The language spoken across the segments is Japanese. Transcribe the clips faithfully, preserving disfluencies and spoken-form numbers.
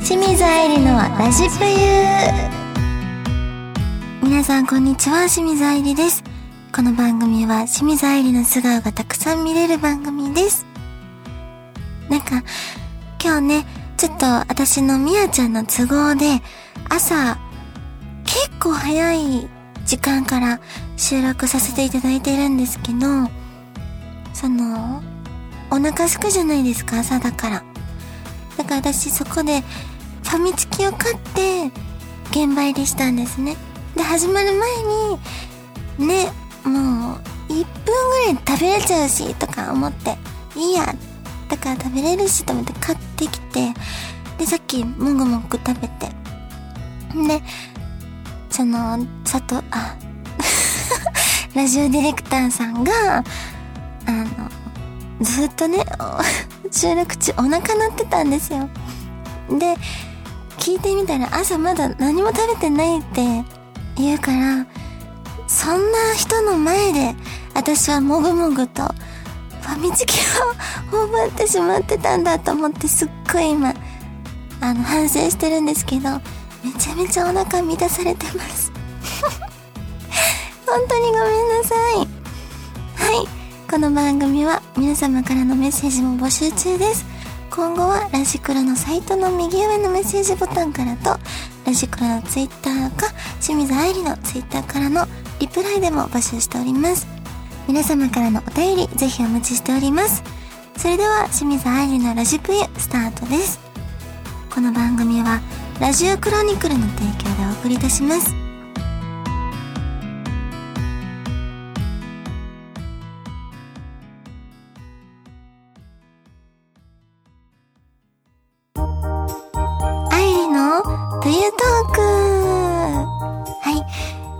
清水愛理のラジプユ。皆さんこんにちは、清水愛理です。この番組は清水愛理の素顔がたくさん見れる番組です。なんか今日ね、ちょっと私のみやちゃんの都合で朝結構早い時間から収録させていただいてるんですけど、そのお腹すくじゃないですか、朝だから。だから私そこでファミチキを買って現場入りしたんですね。で、始まる前にね、もういっぷんぐらい食べれちゃうしとか思って、いいや、だから食べれるしと思って買ってきて、でさっきもぐもぐ食べて、でその佐藤あラジオディレクターさんがあのずっとね収録中お腹鳴ってたんですよ。で聞いてみたら、朝まだ何も食べてないって言うから、そんな人の前で私はもぐもぐとファミチキを頬張ってしまってたんだと思って、すっごい今あの反省してるんですけど、めちゃめちゃお腹満たされてます本当にごめんなさい。はい、この番組は皆様からのメッセージも募集中です。今後はラジクロのサイトの右上のメッセージボタンからと、ラジクロのツイッターか清水愛理のツイッターからのリプライでも募集しております。皆様からのお便りぜひお待ちしております。それでは清水愛理のラジプユスタートです。この番組はラジオクロニクルの提供でお送りいたします。プユトーク。はい、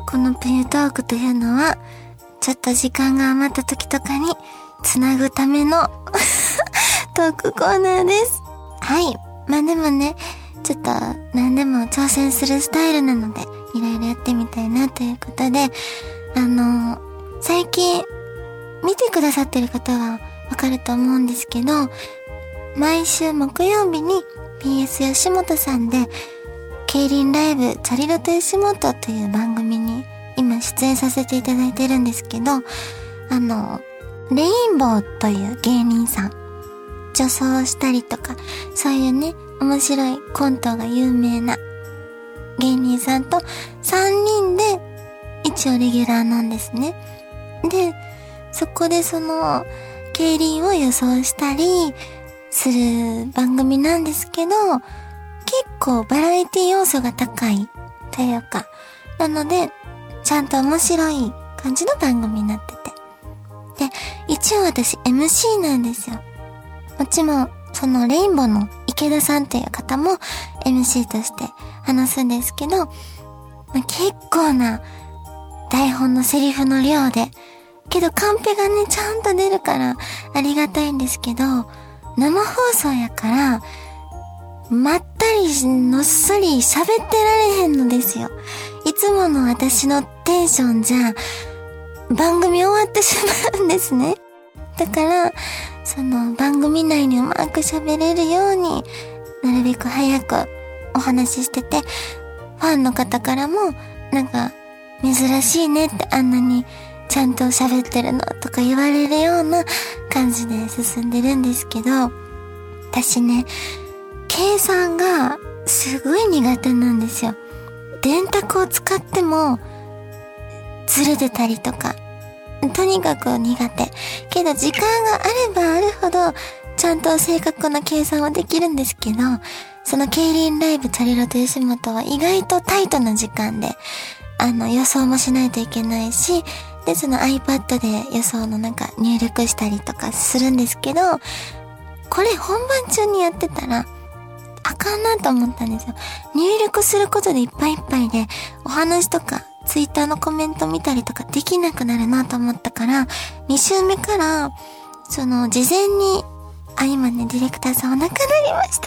このプユトークというのはちょっと時間が余った時とかにつなぐためのトークコーナーです。はい、まあでもね、ちょっと何でも挑戦するスタイルなのでいろいろやってみたいなということで、あの最近見てくださってる方はわかると思うんですけど、毎週木曜日に ピーエス 吉本さんで競輪ライブチャリロト吉本という番組に今出演させていただいてるんですけど、あのレインボーという芸人さん、女装したりとかそういうね面白いコントが有名な芸人さんとさんにんで一応レギュラーなんですね。でそこでその競輪を予想したりする番組なんですけど、結構バラエティ要素が高いというか、なのでちゃんと面白い感じの番組になってて、で一応私 エムシー なんですよ。もちろんそのレインボーの池田さんという方も エムシー として話すんですけど、まあ、結構な台本のセリフの量で、けどカンペがねちゃんと出るからありがたいんですけど、生放送やからまったりのっそり喋ってられへんのですよ。いつもの私のテンションじゃ番組終わってしまうんですね。だからその番組内にうまく喋れるようになるべく早くお話ししてて、ファンの方からもなんか珍しいねって、あんなにちゃんと喋ってるのとか言われるような感じで進んでるんですけど、私ね計算がすごい苦手なんですよ。電卓を使ってもずれてたりとか、とにかく苦手。けど時間があればあるほどちゃんと正確な計算はできるんですけど、その競輪ライブチャリロト吉本は意外とタイトな時間であの予想もしないといけないし、でその iPad で予想のなんか入力したりとかするんですけど、これ本番中にやってたらあかんなと思ったんですよ。入力することでいっぱいいっぱいで、お話とかツイッターのコメント見たりとかできなくなるなと思ったから、に週目からその事前に、あ、今ねディレクターさんお腹鳴りました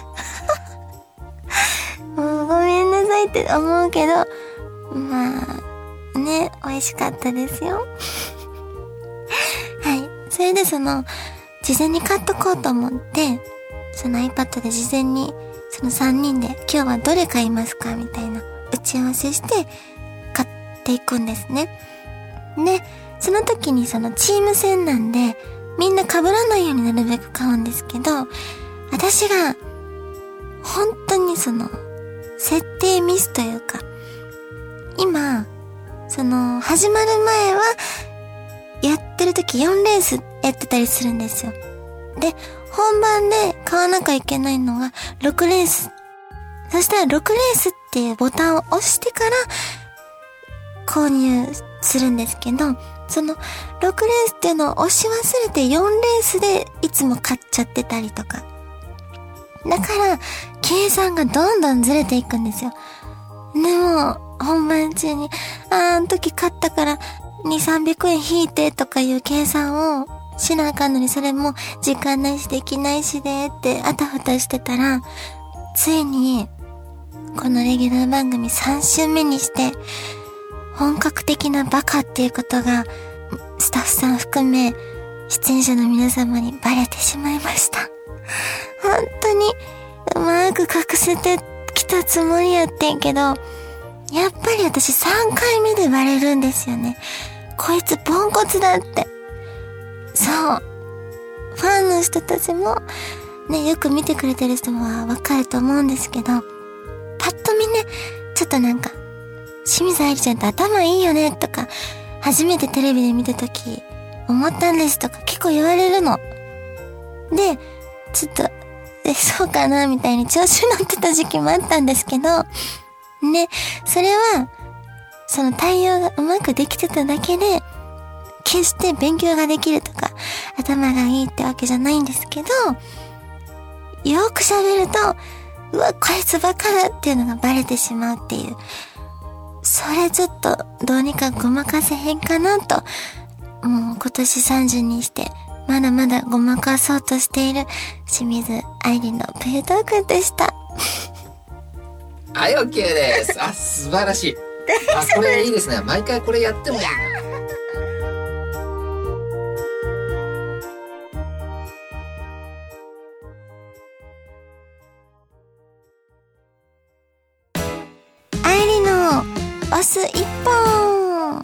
もうごめんなさいって思うけど、まあね、美味しかったですよはい、それでその事前に買っとこうと思って、その iPad で事前にそのさんにんで今日はどれ買いますかみたいな打ち合わせして買っていくんですね。で、その時にそのチーム戦なんでみんな被らないようになるべく買うんですけど、私が本当にその設定ミスというか、今その始まる前はやってる時よんレースやってたりするんですよ。で、本番で買わなきゃいけないのがろくレース。そしたらろくレースっていうボタンを押してから購入するんですけど、そのろくレースっていうのを押し忘れてよんレースでいつも買っちゃってたりとか。だから計算がどんどんずれていくんですよ。でも本番中に、あー、あの時買ったからに、さんびゃくえん引いてとかいう計算をしなあかんのに、それも時間ないしできないしでってあたふたしてたら、ついにこのレギュラー番組さん週目にして本格的なバカっていうことがスタッフさん含め出演者の皆様にバレてしまいました。本当にうまく隠せてきたつもりやってんけど、やっぱり私さんかいめでバレるんですよね。こいつポンコツだって。そう。ファンの人たちもね、よく見てくれてる人はわかると思うんですけど、パッと見ね、ちょっとなんか清水愛理ちゃんって頭いいよねとか、初めてテレビで見たとき思ったんですとか結構言われるの。で、ちょっとえそうかなみたいに調子に乗ってた時期もあったんですけど、ね、それはその対応がうまくできてただけで、決して勉強ができるとか頭がいいってわけじゃないんですけど、よく喋ると、うわ、こいつバカだっていうのがバレてしまうっていう。それちょっとどうにかごまかせへんかなと、もう今年さんじゅうにしてまだまだごまかそうとしている清水愛理のプユトークでした。 はい、OK です。あ、素晴らしい。あ、これいいですね。毎回これやってもいいな。 愛理の押す一本。はい。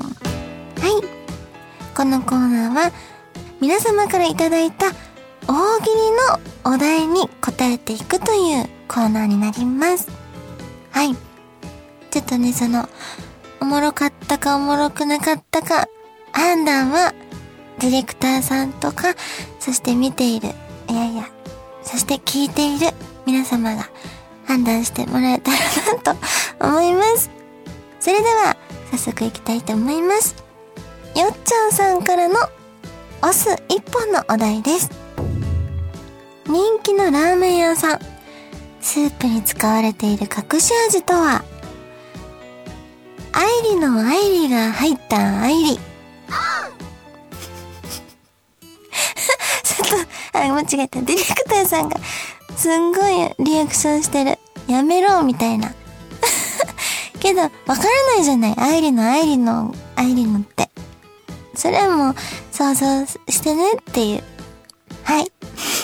このコーナーは皆様からいただいた大喜利のお題に答えていくというコーナーになります。はい。ちょっとね、その、おもろかったかおもろくなかったか、判断は、ディレクターさんとか、そして見ている、いやいや、そして聞いている皆様が判断してもらえたらなと思います。それでは、早速いきたいと思います。よっちゃんさんからの、押す一本のお題です。人気のラーメン屋さん。スープに使われている隠し味とは？愛理の愛理が入った愛理。ちょっと、あ、間違えた。ディレクターさんがすんごいリアクションしてる。やめろみたいな。けど、わからないじゃない。愛理の愛理の愛理のって。それはもう想像してねっていう。はい。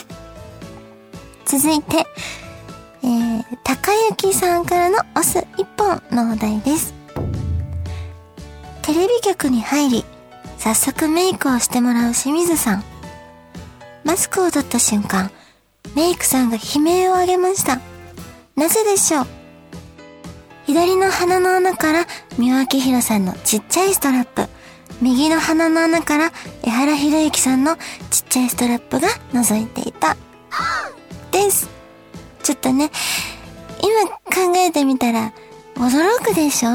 続いて、えー、高雪さんからの押す一本のお題です。テレビ局に入り、早速メイクをしてもらう清水さん。マスクを取った瞬間、メイクさんが悲鳴を上げました。なぜでしょう？左の鼻の穴から三輪明宏さんのちっちゃいストラップ、右の鼻の穴から江原弘之さんのちっちゃいストラップが覗いていた。です。ちょっとね、今考えてみたら驚くでしょ？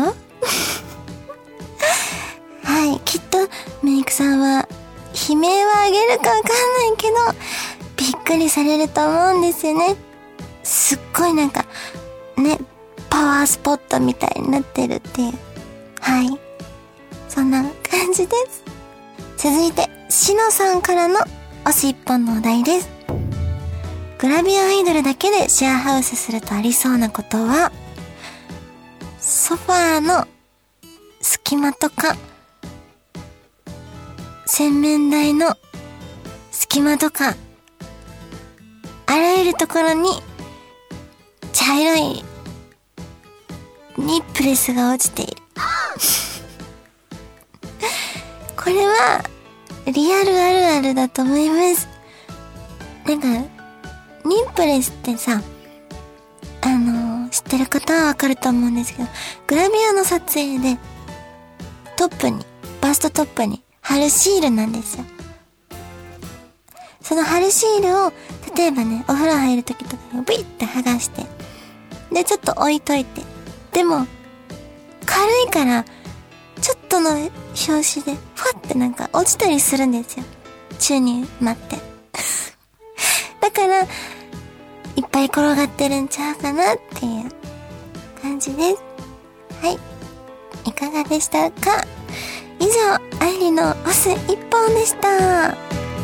はい、きっとメイクさんは悲鳴はあげるかわかんないけどびっくりされると思うんですよね。すっごいなんかね、パワースポットみたいになってるっていう。はい、そんな感じです。続いてしのさんからの押す一本のお題です。グラビアアイドルだけでシェアハウスするとありそうなことは、ソファーの隙間とか洗面台の隙間とか、あらゆるところに茶茶色いニップレスが落ちている。これはリアルあるあるだと思います。なんかニップレスってさ、あのー、知ってる方はわかると思うんですけど、グラビアの撮影でトップに、バストトップに貼るシールなんですよ。その貼るシールを例えばね、お風呂入るときとかにビッて剥がしてでちょっと置いといて、でも軽いからちょっとの拍子でファってなんか落ちたりするんですよ、宙に舞ってだからいっぱい転がってるんちゃうかなっていう感じです。はい、いかがでしたか。以上、愛理のオス一本でした。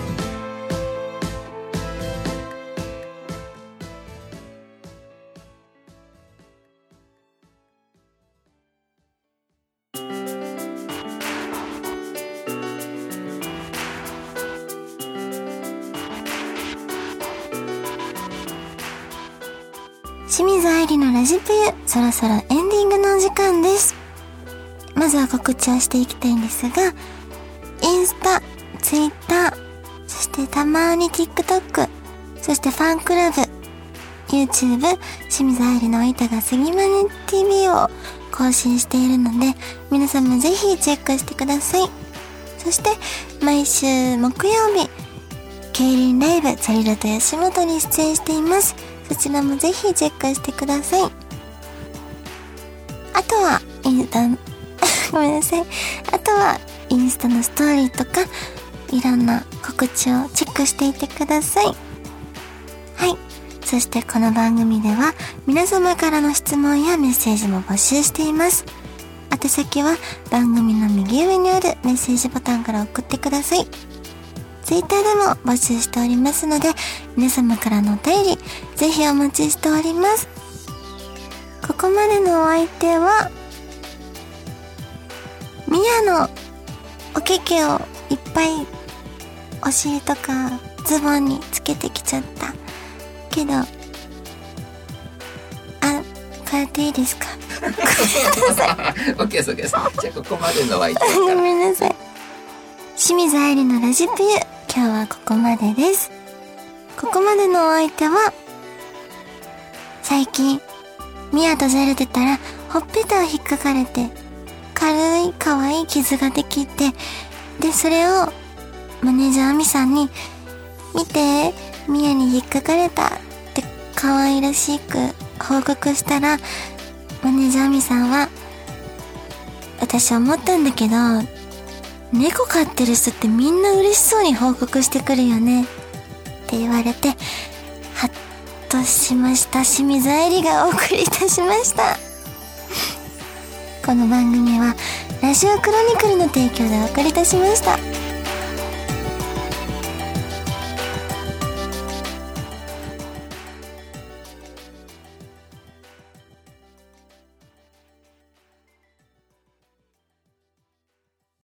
清水愛理のラジプユ、そろそろエンディングのお時間です。まずは告知をしていきたいんですが、インスタ、ツイッター、そしてたまに TikTok、そしてファンクラブ、YouTube、清水愛理の板が杉まね ティーブイ を更新しているので、皆さんもぜひチェックしてください。そして毎週木曜日、競輪ライブツリルと吉本に出演しています。そちらもぜひチェックしてください。あとはインスタごめんなさいあとはインスタのストーリーとかいろんな告知をチェックしていてください。はい、そしてこの番組では皆様からの質問やメッセージも募集しています。宛先は番組の右上にあるメッセージボタンから送ってください。ツイッターでも募集しておりますので、皆様からのお便りぜひお待ちしております。ここまでのお相手はミヤのおけけをいっぱいお尻とかズボンにつけてきちゃったけど、あ、変えていいですかごめんなさいオッケーです、オッケーです。じゃあここまでのお相手ごめんなさい。清水愛理のラジプユ、今日はここまでです。ここまでのお相手は、最近ミヤとじゃれてたらほっぺたを引っかかれて軽い可愛い傷ができて、でそれをマネージャーミさんに見て、ミヤに引っかかれたって可愛らしく報告したら、マネージャーミさんは、私思ったんだけど猫飼ってる人ってみんな嬉しそうに報告してくるよねって言われて、ハッとしました。清水愛理がお送りいたしましたこの番組はラジオクロニクルの提供でお送りいたしました。